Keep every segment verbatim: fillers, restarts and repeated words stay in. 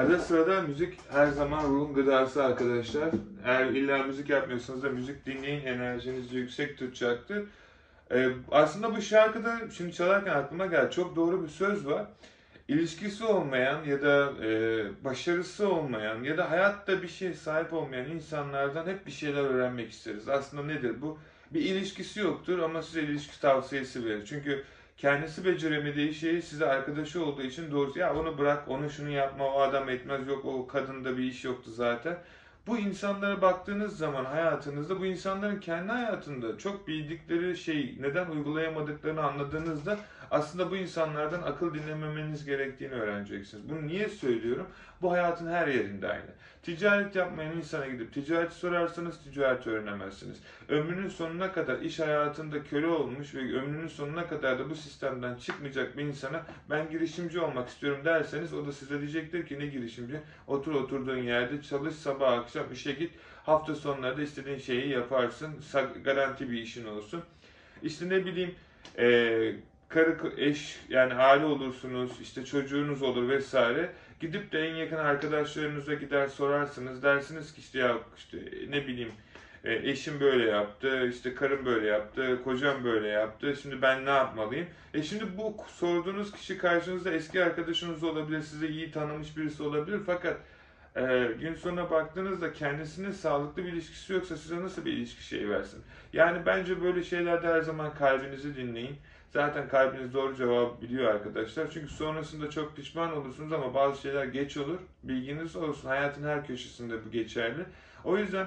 Arada sırada müzik her zaman ruhun gıdası arkadaşlar. Eğer illa müzik yapmıyorsanız da müzik dinleyin, enerjinizi yüksek tutacaktır. Ee, aslında bu şarkıda şimdi çalarken aklıma geldi. Çok doğru bir söz var. İlişkisi olmayan ya da e, başarısı olmayan ya da hayatta bir şeye sahip olmayan insanlardan hep bir şeyler öğrenmek isteriz. Aslında nedir bu? Bir ilişkisi yoktur ama size ilişki tavsiyesi verir. Çünkü kendisi beceremediği şeyi size arkadaşı olduğu için doğrusu ya onu bırak, onu şunu yapma, o adam etmez, yok o kadında bir iş yoktu zaten. Bu insanlara baktığınız zaman hayatınızda bu insanların kendi hayatında çok bildikleri şeyi neden uygulayamadıklarını anladığınızda aslında bu insanlardan akıl dinlememeniz gerektiğini öğreneceksiniz. Bunu niye söylüyorum? Bu hayatın her yerinde aynı. Ticaret yapmayan insana gidip ticareti sorarsanız ticareti öğrenemezsiniz. Ömrünün sonuna kadar iş hayatında köle olmuş ve ömrünün sonuna kadar da bu sistemden çıkmayacak bir insana ben girişimci olmak istiyorum derseniz o da size diyecektir ki ne girişimci? Otur oturduğun yerde çalış, sabah akşam işe git, hafta sonları da istediğin şeyi yaparsın, garanti bir işin olsun. İşte ne bileyim eee karı eş yani aile olursunuz, işte çocuğunuz olur vesaire. Gidip de en yakın arkadaşlarınıza gider sorarsınız. Dersiniz ki işte ya işte ne bileyim eşim böyle yaptı, işte karım böyle yaptı, kocam böyle yaptı. Şimdi ben ne yapmalıyım? E şimdi bu sorduğunuz kişi karşınızda eski arkadaşınız olabilir, size iyi tanımış birisi olabilir. Fakat e, gün sonuna baktığınızda kendisinin sağlıklı bir ilişkisi yoksa size nasıl bir ilişki şeyi versin? Yani bence böyle şeylerde her zaman kalbinizi dinleyin. Zaten kalbiniz doğru cevabı biliyor arkadaşlar. Çünkü sonrasında çok pişman olursunuz ama bazı şeyler geç olur. Bilginiz olsun. Hayatın her köşesinde bu geçerli. O yüzden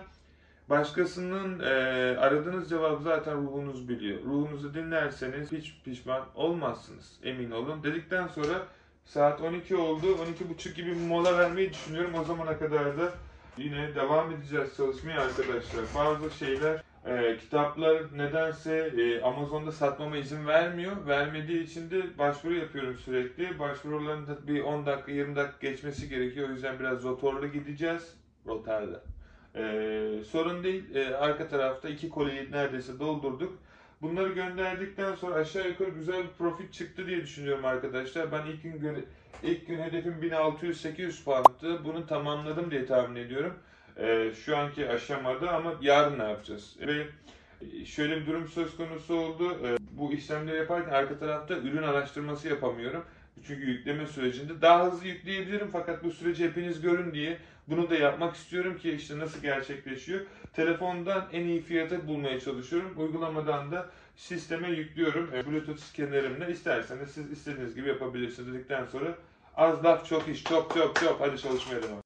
başkasının e, aradığınız cevabı zaten ruhunuz biliyor. Ruhunuzu dinlerseniz hiç pişman olmazsınız. Emin olun. Dedikten sonra saat on iki oldu. on iki buçuk gibi bir mola vermeyi düşünüyorum. O zamana kadar da yine devam edeceğiz çalışmaya arkadaşlar. Bazı şeyler E, kitaplar nedense e, Amazon'da satmama izin vermiyor. Vermediği için de başvuru yapıyorum sürekli. Başvuruların da bir on dakika yirmi dakika geçmesi gerekiyor. O yüzden biraz rotorlu gideceğiz. Rotarla. E, sorun değil. E, arka tarafta iki koliyi neredeyse doldurduk. Bunları gönderdikten sonra aşağı yukarı güzel bir profit çıktı diye düşünüyorum arkadaşlar. Ben ilk gün ilk gün hedefim bin altı yüz sekiz yüz pound'tı. Bunu tamamladım diye tahmin ediyorum. Ee, şu anki aşamada ama yarın ne yapacağız? Ve şöyle bir durum söz konusu oldu. Ee, bu işlemleri yaparken arka tarafta ürün araştırması yapamıyorum. Çünkü yükleme sürecinde daha hızlı yükleyebilirim fakat bu süreci hepiniz görün diye bunu da yapmak istiyorum ki işte nasıl gerçekleşiyor. Telefondan en iyi fiyatı bulmaya çalışıyorum. Uygulamadan da sisteme yüklüyorum. Ee, Bluetooth scannerimle isterseniz siz istediğiniz gibi yapabilirsiniz dedikten sonra az laf çok iş, çok çok çok hadi çalışmaya devam.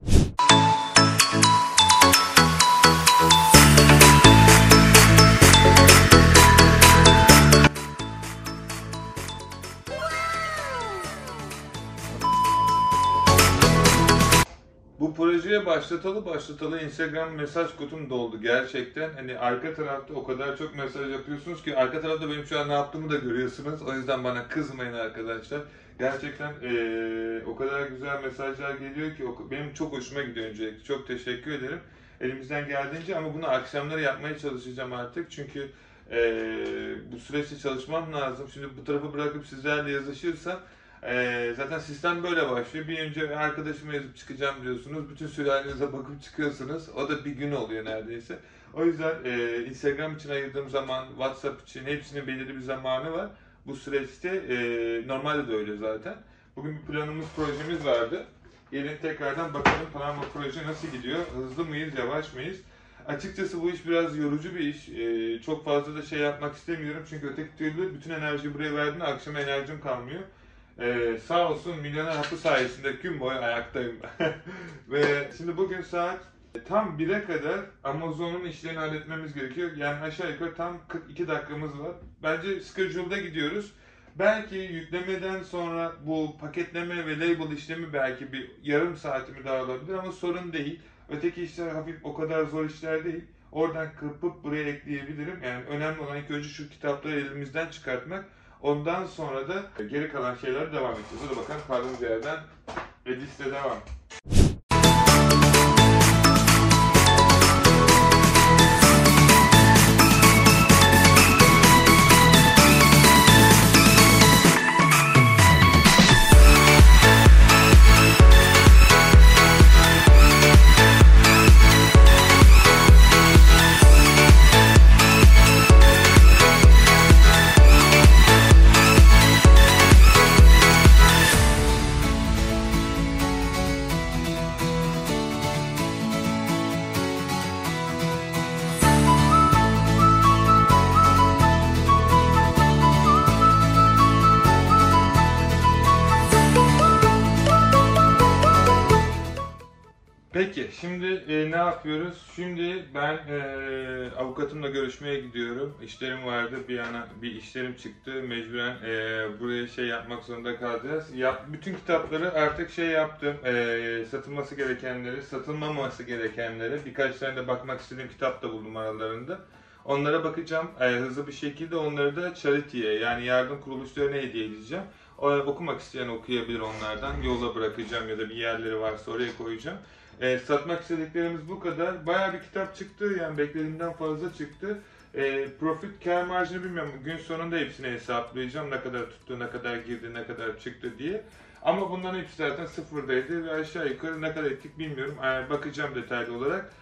Bu projeye başlatalı başlatalı Instagram mesaj kutum doldu gerçekten. Hani arka tarafta o kadar çok mesaj yapıyorsunuz ki arka tarafta benim şu an ne yaptığımı da görüyorsunuz. O yüzden bana kızmayın arkadaşlar. Gerçekten ee, o kadar güzel mesajlar geliyor ki benim çok hoşuma gidiyor öncelikle. Çok teşekkür ederim. Elimizden geldiğince ama bunu akşamları yapmaya çalışacağım artık. Çünkü ee, bu süreçte çalışmam lazım. Şimdi bu tarafı bırakıp sizlerle yazışırsam Ee, zaten sistem böyle başlıyor. Bir önce arkadaşıma yazıp çıkacağım diyorsunuz. Bütün sülalenize bakıp çıkıyorsunuz. O da bir gün oluyor neredeyse. O yüzden e, Instagram için ayırdığım zaman, WhatsApp için hepsinin belirli bir zamanı var. Bu süreçte e, normalde de öyle zaten. Bugün bir planımız, projemiz vardı. Gelin tekrardan bakalım plan ve proje nasıl gidiyor? Hızlı mıyız, yavaş mıyız? Açıkçası bu iş biraz yorucu bir iş. Ee, çok fazla da şey yapmak istemiyorum. Çünkü öteki türlü bütün enerjiyi buraya verdiğinde akşama enerjim kalmıyor. Ee, sağ olsun milyoner hapı sayesinde gün boyu ayaktayım. Ve şimdi bugün saat tam bire kadar Amazon'un işlerini halletmemiz gerekiyor. Yani aşağı yukarı tam kırk iki dakikamız var. Bence schedule'da gidiyoruz. Belki yüklemeden sonra bu paketleme ve label işlemi belki bir yarım saatimi daha alabilir ama sorun değil. Öteki işler hafif o kadar zor işler değil. Oradan kırpıp buraya ekleyebilirim. Yani önemli olan ilk önce şu kitapları elimizden çıkartmak. Ondan sonra da geri kalan şeylere devam edeceğiz. Hadi bakalım kaldığımız yerden Edis'le devam. Peki, şimdi e, ne yapıyoruz? Şimdi ben e, avukatımla görüşmeye gidiyorum. İşlerim vardı, bir yana bir işlerim çıktı. Mecburen e, buraya şey yapmak zorunda kalacağız. Yap, bütün kitapları artık şey yaptım. E, satılması gerekenleri, satılmaması gerekenleri. Birkaç tane de bakmak istediğim kitap da buldum aralarında. Onlara bakacağım. E, hızlı bir şekilde onları da charity'ye, yani yardım kuruluşlarına hediye edeceğim. O, okumak isteyen okuyabilir onlardan. Yola bırakacağım ya da bir yerleri varsa oraya koyacağım. E, satmak istediklerimiz bu kadar. Bayağı bir kitap çıktı, yani beklediğimden fazla çıktı. E, profit kâr marjını bilmiyorum. Gün sonunda hepsini hesaplayacağım. Ne kadar tuttu, ne kadar girdi, ne kadar çıktı diye. Ama bunların hepsi zaten sıfırdaydı ve aşağı yukarı ne kadar ettik bilmiyorum. E, bakacağım detaylı olarak.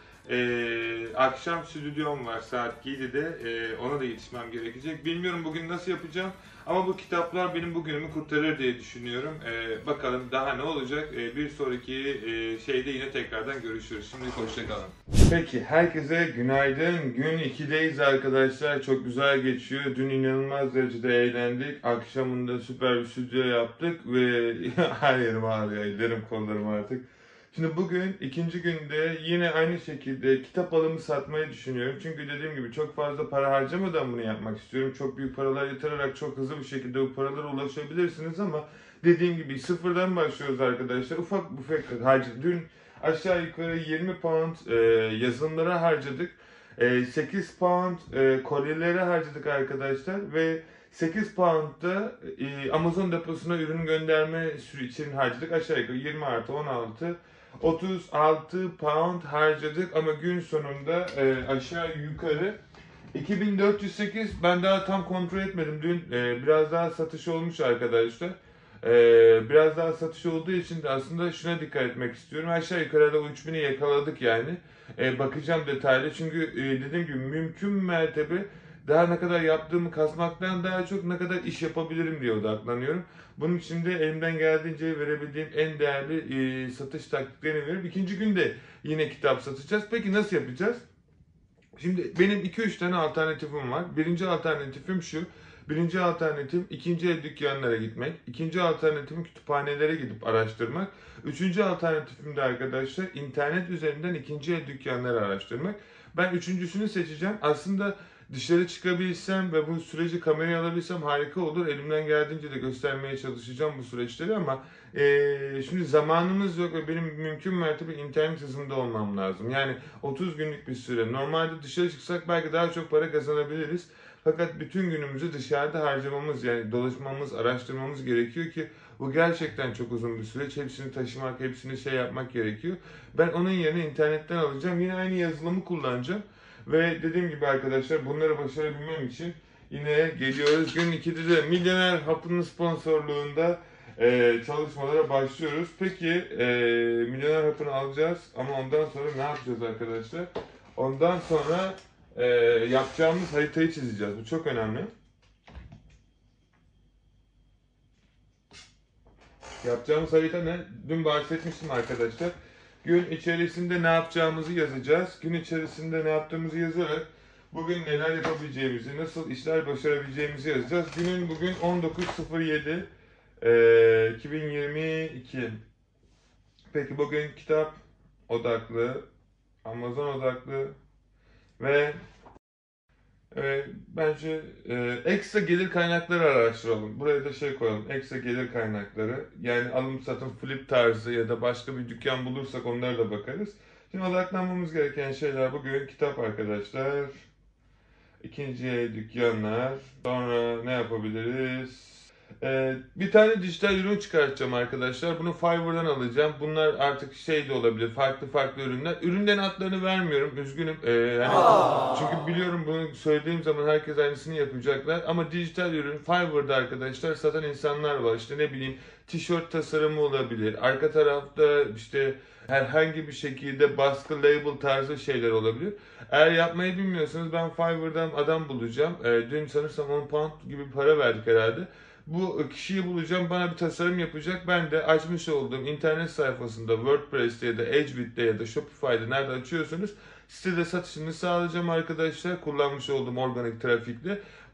E, akşam stüdyom var saat yedide. E, ona da yetişmem gerekecek. Bilmiyorum bugün nasıl yapacağım. Ama bu kitaplar benim bugünümü kurtarır diye düşünüyorum. Ee, bakalım daha ne olacak? Ee, bir sonraki e, şeyde yine tekrardan görüşürüz. Şimdi hoşça kalın. Peki, herkese günaydın. Gün ikideyiz arkadaşlar. Çok güzel geçiyor. Dün inanılmaz derecede eğlendik. Akşamında süper bir stüdyo yaptık ve her yerim ağrıyor. Ellerim, kollarım artık. Şimdi bugün ikinci günde yine aynı şekilde kitap alımı satmayı düşünüyorum. Çünkü dediğim gibi çok fazla para harcamadan bunu yapmak istiyorum. Çok büyük paralar yatırarak çok hızlı bir şekilde bu paralara ulaşabilirsiniz ama dediğim gibi sıfırdan başlıyoruz arkadaşlar. Ufak ufak harcadık. Dün aşağı yukarı yirmi pound e, yazılımlara harcadık. E, sekiz pound e, kolyelere harcadık arkadaşlar ve sekiz pound da e, Amazon deposuna ürün gönderme için harcadık. Aşağı yukarı yirmi artı on altı otuz altı pound harcadık ama gün sonunda e, aşağı yukarı iki bin dört yüz sekiz, ben daha tam kontrol etmedim. Dün e, biraz daha satış olmuş arkadaşlar. E, biraz daha satış olduğu için de aslında şuna dikkat etmek istiyorum. Aşağı yukarı da o üç bini yakaladık yani. E, bakacağım detaylı çünkü e, dediğim gibi mümkün mertebe daha ne kadar yaptığımı kasmaktan daha çok ne kadar iş yapabilirim diye odaklanıyorum. Bunun için de elimden geldiğince verebildiğim en değerli e, satış taktiklerini veriyorum. İkinci günde yine kitap satacağız. Peki nasıl yapacağız? Şimdi benim iki üç tane alternatifim var. Birinci alternatifim şu. Birinci alternatifim ikinci el dükkanlara gitmek. İkinci alternatifim kütüphanelere gidip araştırmak. Üçüncü alternatifim de arkadaşlar internet üzerinden ikinci el dükkanları araştırmak. Ben üçüncüsünü seçeceğim. Aslında dışarı çıkabilsem ve bu süreci kameraya alabilsem harika olur. Elimden geldiğince de göstermeye çalışacağım bu süreçleri ama e, şimdi zamanımız yok ve benim mümkün mertebe internet hızında olmam lazım. Yani otuz günlük bir süre. Normalde dışarı çıksak belki daha çok para kazanabiliriz. Fakat bütün günümüzü dışarıda harcamamız, yani dolaşmamız, araştırmamız gerekiyor ki bu gerçekten çok uzun bir süreç. Hepsini taşımak, hepsini şey yapmak gerekiyor. Ben onun yerine internetten alacağım. Yine aynı yazılımı kullanacağım. Ve dediğim gibi arkadaşlar bunları başarabilmem için yine geliyoruz. Gün ikide de Milyoner Hapı'nın sponsorluğunda e, çalışmalara başlıyoruz. Peki e, Milyoner Hapı'nı alacağız ama ondan sonra ne yapacağız arkadaşlar? Ondan sonra e, yapacağımız haritayı çizeceğiz. Bu çok önemli. Yapacağımız harita ne? Dün bahsetmiştim arkadaşlar. Gün içerisinde ne yapacağımızı yazacağız. Gün içerisinde ne yaptığımızı yazarak bugün neler yapabileceğimizi, nasıl işler başarabileceğimizi yazacağız. Günün bugün on dokuz yedi iki bin yirmi iki. Peki bugün kitap odaklı, Amazon odaklı ve e, bence e, ekstra gelir kaynakları araştıralım. Buraya da şey koyalım, ekstra gelir kaynakları. Yani alım satım flip tarzı ya da başka bir dükkan bulursak onlara da bakarız. Şimdi odaklanmamız gereken şeyler bugün kitap arkadaşlar. İkinci el dükkanlar. Sonra ne yapabiliriz? Ee, bir tane dijital ürün çıkartacağım arkadaşlar. Bunu Fiverr'dan alacağım. Bunlar artık şey de olabilir. Farklı farklı ürünler. Ürünlerin adlarını vermiyorum. Üzgünüm. Ee, yani, çünkü biliyorum bunu söylediğim zaman herkes aynısını yapacaklar. Ama dijital ürün Fiverr'da arkadaşlar satan insanlar var. İşte ne bileyim tişört tasarımı olabilir. Arka tarafta işte herhangi bir şekilde baskı label tarzı şeyler olabilir. Eğer yapmayı bilmiyorsanız ben Fiverr'dan adam bulacağım. Ee, dün sanırsam on pound gibi para verdik herhalde. Bu kişiyi bulacağım, bana bir tasarım yapacak. Ben de açmış olduğum internet sayfasında WordPress'te ya da Edgebit'te ya da Shopify'da nerede açıyorsunuz sitede satışını sağlayacağım arkadaşlar. Kullanmış olduğum organik trafikle.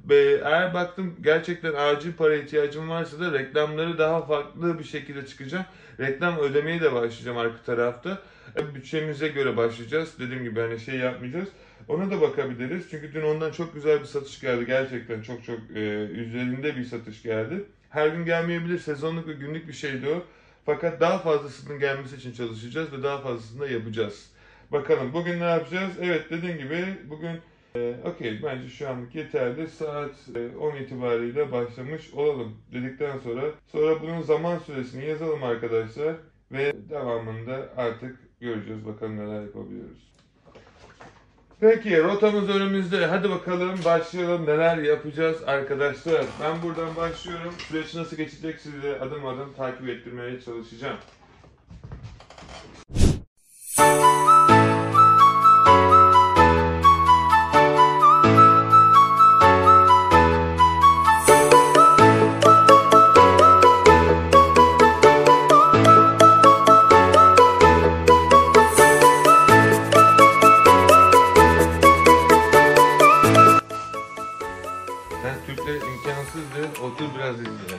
Ve eğer baktım gerçekten acil para ihtiyacım varsa da reklamları daha farklı bir şekilde çıkacağım. Reklam ödemeye de başlayacağım arka tarafta. E, bütçemize göre başlayacağız. Dediğim gibi hani şey yapmayacağız. Ona da bakabiliriz. Çünkü dün ondan çok güzel bir satış geldi. Gerçekten çok çok e, üzerinde bir satış geldi. Her gün gelmeyebilir. Sezonluk ve günlük bir şeydi o. Fakat daha fazlasının gelmesi için çalışacağız ve daha fazlasını da yapacağız. Bakalım bugün ne yapacağız? Evet, dediğim gibi bugün e, okey, bence şu anlık yeterli. Saat e, on itibariyle başlamış olalım dedikten sonra sonra bunun zaman süresini yazalım arkadaşlar ve devamında artık göreceğiz, bakalım neler yapabiliyoruz. Peki, rotamız önümüzde. Hadi bakalım başlayalım, neler yapacağız arkadaşlar. Ben buradan başlıyorum. Süreç nasıl geçecek size adım adım takip ettirmeye çalışacağım. Sen Türkler imkansızdır, otur biraz izle.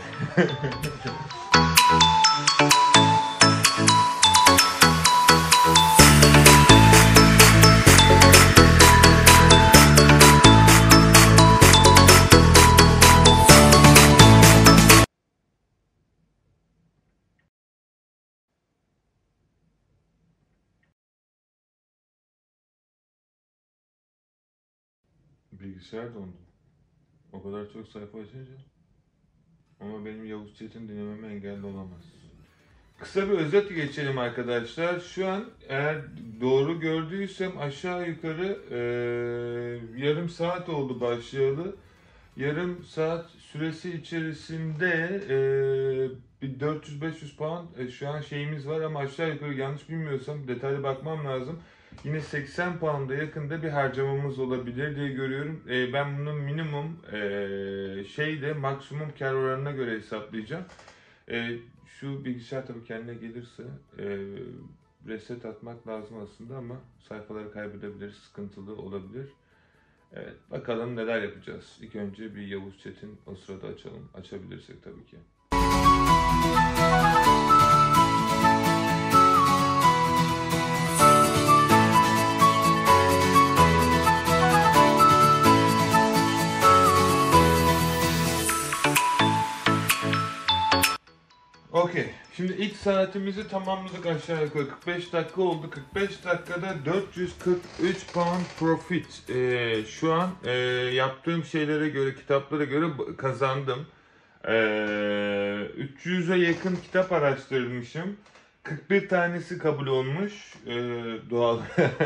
Bilgisayar dondu. O kadar çok sayfa açınca. Ama benim Yavuz Çetin dinlememe engel olamaz. Kısa bir özet geçelim arkadaşlar. Şu an eğer doğru gördüysem aşağı yukarı e, yarım saat oldu başlayalı. Yarım saat süresi içerisinde e, bir dört yüz beş yüz pound e, şu an şeyimiz var ama aşağı yukarı, yanlış bilmiyorsam detaylı bakmam lazım. Yine seksen pound'a yakında bir harcamamız olabilir diye görüyorum. E, ben bunun minimum e, şeyde maksimum kar oranına göre hesaplayacağım. E, şu bilgisayar tabii kendine gelirse e, reset atmak lazım aslında ama sayfaları kaybedebilir, sıkıntılı olabilir. Evet, bakalım neler yapacağız. İlk önce bir Yavuz Çetin o sırada açalım. Açabilirsek tabii ki. Okey. Şimdi ilk saatimizi tamamladık aşağı yukarı. kırk beş dakika oldu. kırk beş dakikada dört yüz kırk üç pound profit. Ee, şu an e, yaptığım şeylere göre, kitaplara göre kazandım. Ee, üç yüze yakın kitap araştırmışım. kırk bir tanesi kabul olmuş. Ee, doğal.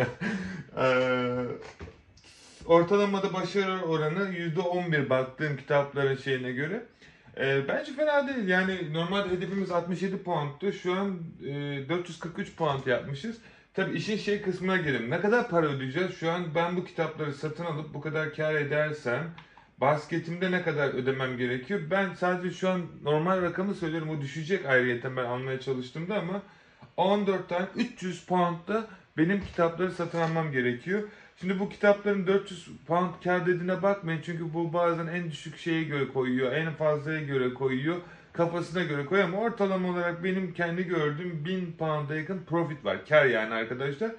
ee, ortalamada başarı oranı yüzde on bir baktığım kitapların şeyine göre. E, bence fena değil. Yani normalde hedefimiz altmış yedi puandı. Şu an e, dört yüz kırk üç puan yapmışız. Tabii işin şey kısmına gelelim. Ne kadar para ödeyeceğiz? Şu an ben bu kitapları satın alıp bu kadar kar edersem basketimde ne kadar ödemem gerekiyor? Ben sadece şu an normal rakamı söylüyorum. O düşecek ayrıyeten ben almaya çalıştığımda ama on dörtten üç yüz pound'da benim kitapları satın almam gerekiyor. Şimdi bu kitapların dört yüz pound kar dediğine bakmayın. Çünkü bu bazen en düşük şeye göre koyuyor, en fazlaya göre koyuyor, kafasına göre koyuyor. Ama ortalama olarak benim kendi gördüğüm bin pound'a yakın profit var. Kar yani arkadaşlar.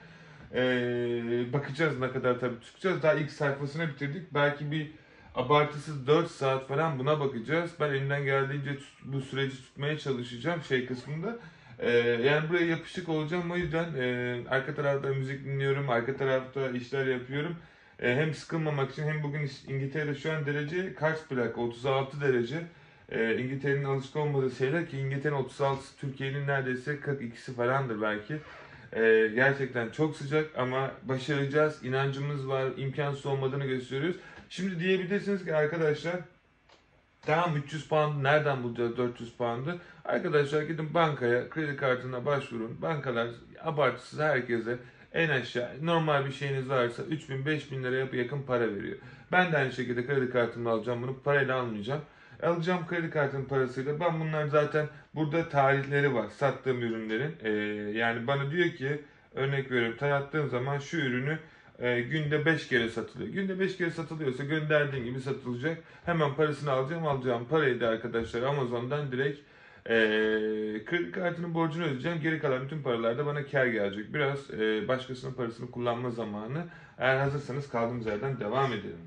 Ee, bakacağız ne kadar tabii çıkacağız. Daha ilk sayfasını bitirdik. Belki bir abartısız dört saat falan buna bakacağız. Ben elimden geldiğince bu süreci tutmaya çalışacağım şey kısmında. Ee, yani buraya yapışık olacağım, o yüzden e, arka tarafta müzik dinliyorum, arka tarafta işler yapıyorum. E, hem sıkılmamak için, hem bugün İngiltere'de şu an derece kaç plaka? otuz altı derece. E, İngiltere'nin alışık olmadığı şeyler ki İngiltere'nin otuz altısı Türkiye'nin neredeyse kırk ikisi falandır belki. E, gerçekten çok sıcak ama başaracağız, inancımız var, imkansız olmadığını gösteriyoruz. Şimdi diyebilirsiniz ki arkadaşlar, tamam üç yüz pound nereden bulacağız dört yüz pound'ı? Arkadaşlar gidin bankaya, kredi kartına başvurun. Bankalar abartısız herkese en aşağı normal bir şeyiniz varsa üç bin beş bin liraya yakın para veriyor. Ben de aynı şekilde kredi kartımla alacağım bunu, parayla almayacağım. Alacağım kredi kartının parasıyla. Ben bunlar zaten burada tarihleri var sattığım ürünlerin. Ee, yani bana diyor ki, örnek veriyorum, tarattığım zaman şu ürünü e, günde beş kere satılıyor. Günde beş kere satılıyorsa gönderdiğin gibi satılacak. Hemen parasını alacağım. Alacağım parayı da arkadaşlar Amazon'dan direkt e, kredi kartının borcunu ödeyeceğim. Geri kalan bütün paralar da bana kâr gelecek. Biraz e, başkasının parasını kullanma zamanı. Eğer hazırsanız kaldığımız yerden devam edelim.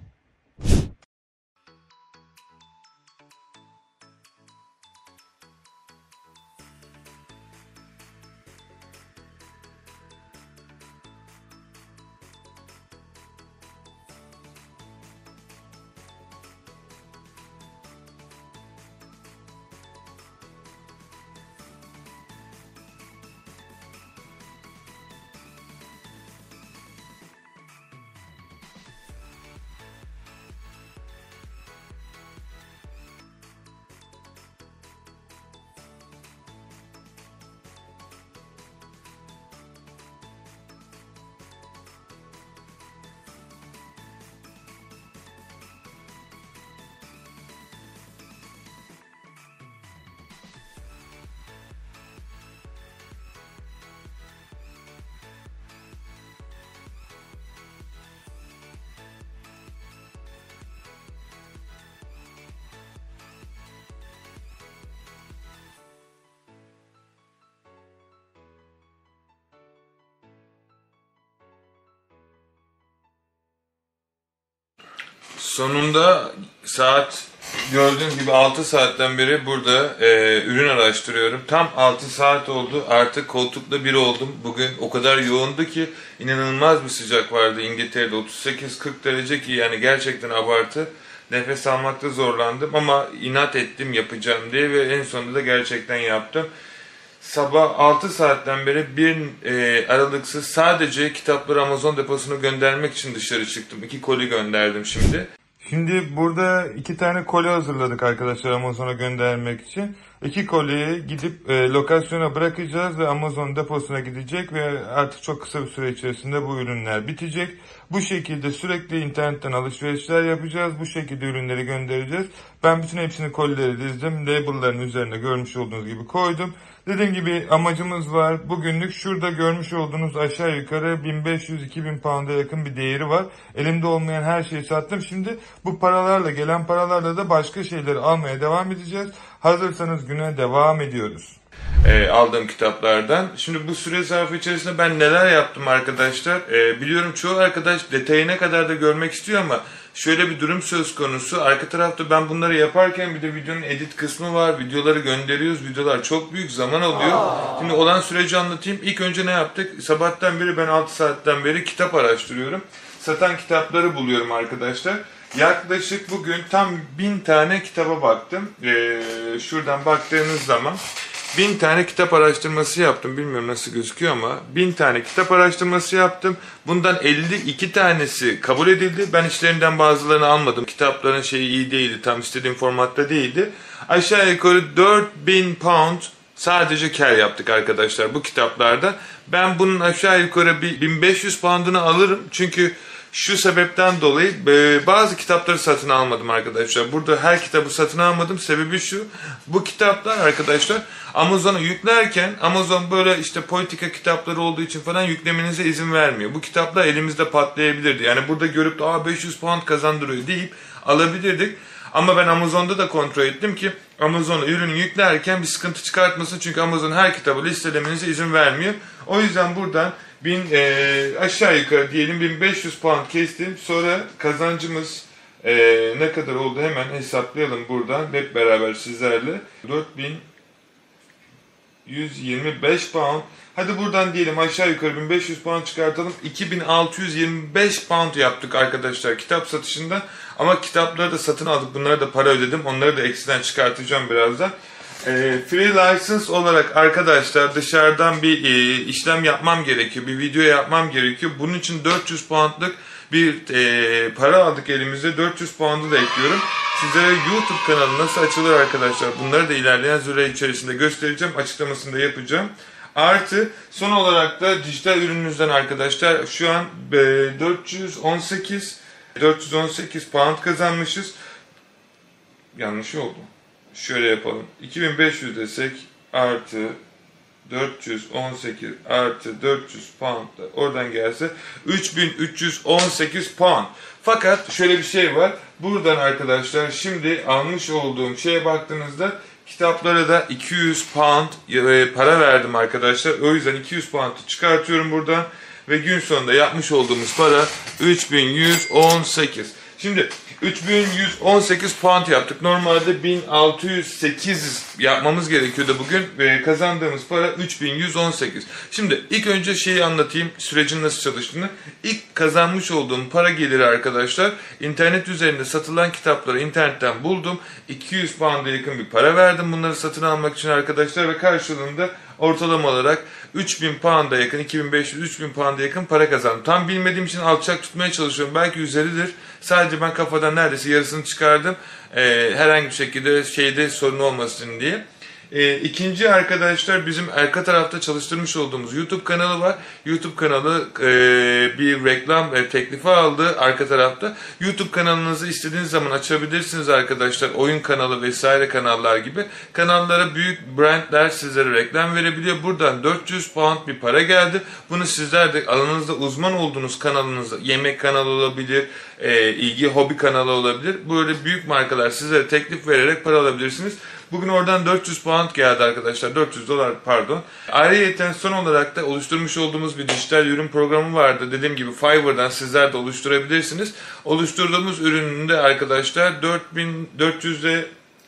Sonunda saat gördüğünüz gibi altı saatten beri burada e, ürün araştırıyorum. Tam altı saat oldu. Artık koltukta bir oldum. Bugün o kadar yoğundu ki inanılmaz bir sıcak vardı İngiltere'de. otuz sekiz kırk derece ki yani gerçekten abartı. Nefes almakta zorlandım ama inat ettim yapacağım diye ve en sonunda da gerçekten yaptım. Sabah altı saatten beri bir e, aralıksız sadece kitapları Amazon deposuna göndermek için dışarı çıktım. İki koli gönderdim şimdi. Şimdi burada iki tane koli hazırladık arkadaşlar Amazon'a göndermek için. İki koliyi gidip e, lokasyona bırakacağız ve Amazon deposuna gidecek ve artık çok kısa bir süre içerisinde bu ürünler bitecek. Bu şekilde sürekli internetten alışverişler yapacağız. Bu şekilde ürünleri göndereceğiz. Ben bütün hepsini kolileri dizdim. Label'ların üzerine görmüş olduğunuz gibi koydum. Dediğim gibi amacımız var. Bugünlük şurada görmüş olduğunuz aşağı yukarı bin beş yüz iki bin pound'a yakın bir değeri var. Elimde olmayan her şeyi sattım. Şimdi bu paralarla, gelen paralarla da başka şeyleri almaya devam edeceğiz. Hazırsanız güne devam ediyoruz. E, aldığım kitaplardan. Şimdi bu süre zarfı içerisinde ben neler yaptım arkadaşlar? E, biliyorum çoğu arkadaş detayına kadar da görmek istiyor ama şöyle bir durum söz konusu. Arka tarafta ben bunları yaparken bir de videonun edit kısmı var. Videoları gönderiyoruz. Videolar çok büyük zaman alıyor. Aa. Şimdi olan süreci anlatayım. İlk önce ne yaptık? Sabahtan beri ben altı saatten beri kitap araştırıyorum. Satan kitapları buluyorum arkadaşlar. Yaklaşık bugün tam bin tane kitaba baktım. Ee, şuradan baktığınız zaman bin tane kitap araştırması yaptım. Bilmiyorum nasıl gözüküyor ama bin tane kitap araştırması yaptım. Bundan elli iki tanesi kabul edildi. Ben içlerinden bazılarını almadım. Kitapların şeyi iyi değildi. Tam istediğim formatta değildi. Aşağı yukarı dört bin pound sadece kar yaptık arkadaşlar bu kitaplarda. Ben bunun aşağı yukarı bir bin beş yüz pound'unu alırım. Çünkü şu sebepten dolayı bazı kitapları satın almadım arkadaşlar. Burada her kitabı satın almadım. Sebebi şu. Bu kitaplar arkadaşlar Amazon'a yüklerken Amazon böyle işte politika kitapları olduğu için falan yüklemenize izin vermiyor. Bu kitaplar elimizde patlayabilirdi. Yani burada görüp de Aa, beş yüz pound kazandırıyor deyip alabilirdik. Ama ben Amazon'da da kontrol ettim ki Amazon'a ürünü yüklerken bir sıkıntı çıkartmasın. Çünkü Amazon her kitabı listelemenize izin vermiyor. O yüzden buradan bin, e, aşağı yukarı diyelim bin beş yüz pound kestim. Sonra kazancımız e, ne kadar oldu hemen hesaplayalım buradan hep beraber sizlerle. dört bin yüz yirmi beş pound. Hadi buradan diyelim aşağı yukarı bin beş yüz pound çıkartalım. iki bin altı yüz yirmi beş pound yaptık arkadaşlar kitap satışında. Ama kitapları da satın aldık. Bunlara da para ödedim. Onları da eksiden çıkartacağım birazdan. E, free license olarak arkadaşlar dışarıdan bir e, işlem yapmam gerekiyor. Bir video yapmam gerekiyor. Bunun için dört yüz poundlık bir e, para aldık elimize. dört yüz pound'u da ekliyorum. Sizlere YouTube kanalı nasıl açılır arkadaşlar bunları da ilerleyen süre içerisinde göstereceğim. Açıklamasını da yapacağım. Artı son olarak da dijital ürününüzden arkadaşlar şu an e, dört yüz on sekiz dört yüz on sekiz pound kazanmışız. Yanlış oldu. Şöyle yapalım. iki bin beş yüz desek artı dört yüz on sekiz artı dört yüz pound da oradan gelse üç bin üç yüz on sekiz pound. Fakat şöyle bir şey var. Buradan arkadaşlar şimdi almış olduğum şeye baktığınızda kitaplara da iki yüz pound para verdim arkadaşlar. O yüzden iki yüz pound'u çıkartıyorum buradan ve gün sonunda yapmış olduğumuz para üç bin yüz on sekiz. Şimdi üç bin yüz on sekiz pound yaptık. Normalde bin altı yüz sekiz yapmamız gerekiyordu bugün. Ve kazandığımız para üç bin yüz on sekiz. Şimdi ilk önce şeyi anlatayım. Sürecin nasıl çalıştığını. İlk kazanmış olduğum para geliri arkadaşlar. İnternet üzerinde satılan kitapları internetten buldum. iki yüz pound'a yakın bir para verdim bunları satın almak için arkadaşlar. Ve karşılığında ortalama olarak üç bin pound'a yakın, iki bin beş yüz üç bin pound'a yakın para kazandım. Tam bilmediğim için alçak tutmaya çalışıyorum. Belki üzeridir. Sadece ben kafadan neredeyse yarısını çıkardım. Ee, herhangi bir şekilde şeyde sorun olmasın diye. E, ikinci arkadaşlar bizim arka tarafta çalıştırmış olduğumuz YouTube kanalı var. YouTube kanalı e, bir reklam e, teklifi aldı arka tarafta. YouTube kanalınızı istediğiniz zaman açabilirsiniz arkadaşlar. Oyun kanalı vesaire kanallar gibi. Kanallara büyük brandler sizlere reklam verebiliyor. Buradan dört yüz pound bir para geldi. Bunu sizler de alanınızda uzman olduğunuz kanalınızda, yemek kanalı olabilir, e, ilgi hobi kanalı olabilir. Böyle büyük markalar sizlere teklif vererek para alabilirsiniz. Bugün oradan dört yüz pound geldi arkadaşlar. dört yüz dolar pardon. Ayrıyeten son olarak da oluşturmuş olduğumuz bir dijital ürün programı vardı. Dediğim gibi Fiverr'dan sizler de oluşturabilirsiniz. Oluşturduğumuz ürününde arkadaşlar dört bin dört yüz'e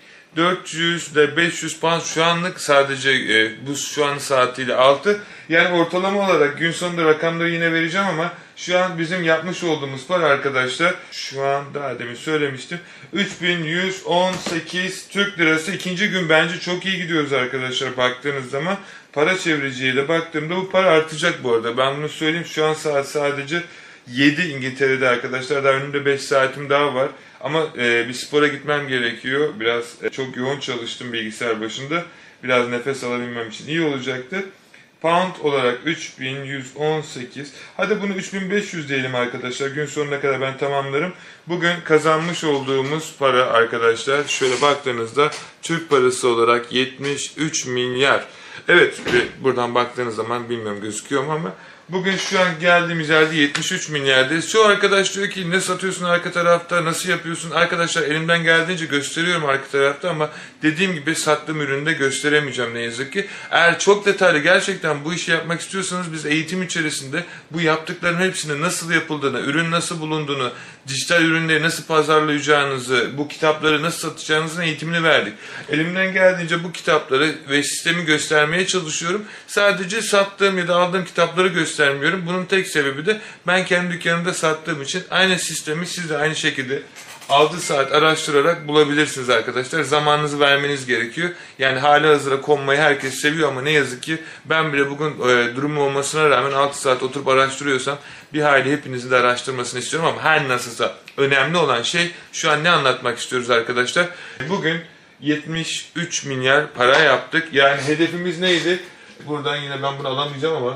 dört yüz ile beş yüz pound şu anlık sadece e, bu şu an saatiyle altı. Yani ortalama olarak gün sonunda rakamları yine vereceğim ama şu an bizim yapmış olduğumuz para arkadaşlar şu an daha demin söylemiştim üç bin yüz on sekiz Türk lirası. İkinci gün bence çok iyi gidiyoruz arkadaşlar baktığınız zaman. Para çeviriciyle baktığımda bu para artacak bu arada. Ben bunu söyleyeyim, şu an saat sadece yedi İngiltere'de arkadaşlar. Daha önümde beş saatim daha var. Ama e, bir spora gitmem gerekiyor. Biraz e, çok yoğun çalıştım bilgisayar başında. Biraz nefes alabilmem için iyi olacaktı. Pound olarak üç bin yüz on sekiz. Hadi bunu üç bin beş yüz diyelim arkadaşlar. Gün sonuna kadar ben tamamlarım. Bugün kazanmış olduğumuz para arkadaşlar şöyle baktığınızda Türk parası olarak yetmiş üç milyar. Evet, buradan baktığınız zaman bilmiyorum gözüküyor mu ama bugün şu an geldiğimiz yerde yetmiş üç milyardayız. Şu arkadaş diyor ki ne satıyorsun arka tarafta, nasıl yapıyorsun? Arkadaşlar elimden geldiğince gösteriyorum arka tarafta ama dediğim gibi sattığım ürünü de gösteremeyeceğim ne yazık ki. Eğer çok detaylı gerçekten bu işi yapmak istiyorsanız biz eğitim içerisinde bu yaptıkların hepsini nasıl yapıldığını, ürün nasıl bulunduğunu, dijital ürünleri nasıl pazarlayacağınızı, bu kitapları nasıl satacağınızın eğitimini verdik. Elimden geldiğince bu kitapları ve sistemi göstermeye çalışıyorum. Sadece sattığım ya da aldığım kitapları göstermiyorum. Bunun tek sebebi de ben kendi dükkanımda sattığım için aynı sistemi siz de aynı şekilde altı saat araştırarak bulabilirsiniz arkadaşlar. Zamanınızı vermeniz gerekiyor. Yani hali hazıra konmayı herkes seviyor ama ne yazık ki ben bile bugün e, durumu olmasına rağmen altı saat oturup araştırıyorsam bir hayli hepinizin de araştırmasını istiyorum ama her nasılsa önemli olan şey şu an ne anlatmak istiyoruz arkadaşlar. Bugün yetmiş üç milyar para yaptık. Yani hedefimiz neydi? Buradan yine ben bunu alamayacağım ama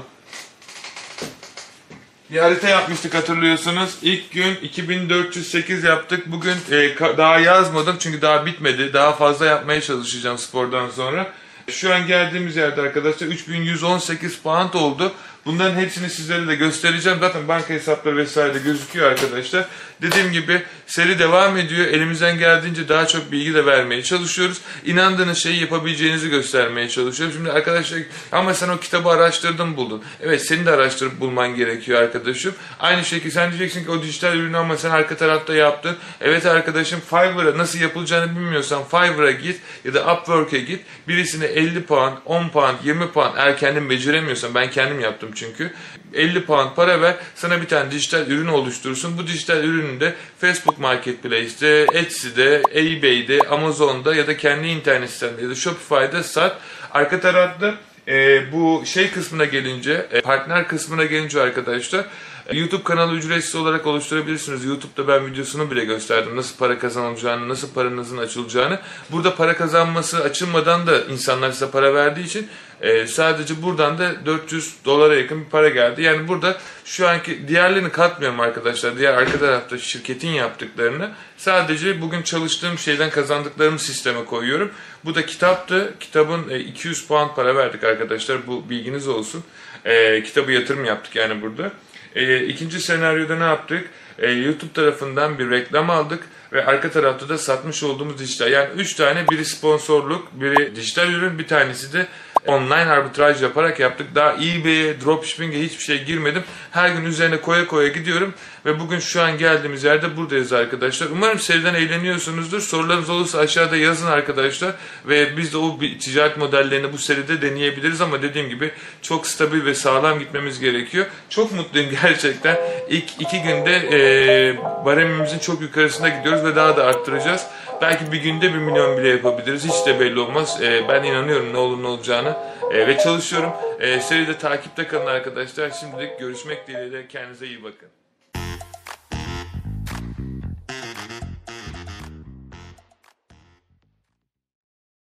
bir harita yapmıştık hatırlıyorsunuz. İlk gün iki bin dört yüz sekiz yaptık. Bugün e, daha yazmadım çünkü daha bitmedi. Daha fazla yapmaya çalışacağım spordan sonra. Şu an geldiğimiz yerde arkadaşlar üç bin yüz on sekiz pound oldu. Bunların hepsini sizlere de göstereceğim. Zaten banka hesapları vesaire de gözüküyor arkadaşlar. Dediğim gibi seri devam ediyor. Elimizden geldiğince daha çok bilgi de vermeye çalışıyoruz. İnandığınız şeyi yapabileceğinizi göstermeye çalışıyorum. Şimdi arkadaşlar ama sen o kitabı araştırdın buldun. Evet, seni de araştırıp bulman gerekiyor arkadaşım. Aynı şekilde sen diyeceksin ki o dijital ürünü ama sen arka tarafta yaptın. Evet arkadaşım, Fiverr'a nasıl yapılacağını bilmiyorsan Fiverr'a git ya da Upwork'e git. Birisine elli pound, on pound, yirmi pound eğer kendin beceremiyorsan, ben kendim yaptım çünkü. elli pound para ver, sana bir tane dijital ürün oluşturursun. Bu dijital ürünü de Facebook Marketplace'de, Etsy'de, eBay'de, Amazon'da ya da kendi internet sitende ya da Shopify'da sat. Arka tarafta e, bu şey kısmına gelince, e, partner kısmına gelince arkadaşlar, YouTube kanalı ücretsiz olarak oluşturabilirsiniz. YouTube'da ben videosunu bile gösterdim. Nasıl para kazanılacağını, nasıl paranızın açılacağını. Burada para kazanması açılmadan da insanlar size para verdiği için Ee, sadece buradan da dört yüz dolara yakın bir para geldi. Yani burada şu anki diğerlerini katmıyorum arkadaşlar. Diğer arka tarafta şirketin yaptıklarını. Sadece bugün çalıştığım şeyden kazandıklarımı sisteme koyuyorum. Bu da kitaptı. Kitabın iki yüz puan para verdik arkadaşlar. Bu bilginiz olsun. Ee, kitabı yatırım yaptık yani burada. Ee, ikinci senaryoda ne yaptık? Ee, YouTube tarafından bir reklam aldık. Ve arka tarafta da satmış olduğumuz dijital. Yani üç tane, biri sponsorluk, biri dijital ürün, bir tanesi de online arbitraj yaparak yaptık. Daha eBay'e, dropshipping'e hiçbir şey girmedim. Her gün üzerine koya koya gidiyorum. Ve bugün şu an geldiğimiz yerde buradayız arkadaşlar. Umarım seriden eğleniyorsunuzdur. Sorularınız olursa aşağıda yazın arkadaşlar. Ve biz de o ticaret modellerini bu seride deneyebiliriz. Ama dediğim gibi çok stabil ve sağlam gitmemiz gerekiyor. Çok mutluyum gerçekten. İlk iki günde e, baremimizin çok yukarısında gidiyoruz ve daha da arttıracağız. Belki bir günde bir milyon bile yapabiliriz. Hiç de belli olmaz. E, ben inanıyorum ne olur ne olacağını. E, ve çalışıyorum. E, seride takipte kalın arkadaşlar. Şimdilik görüşmek dileğiyle. Kendinize iyi bakın.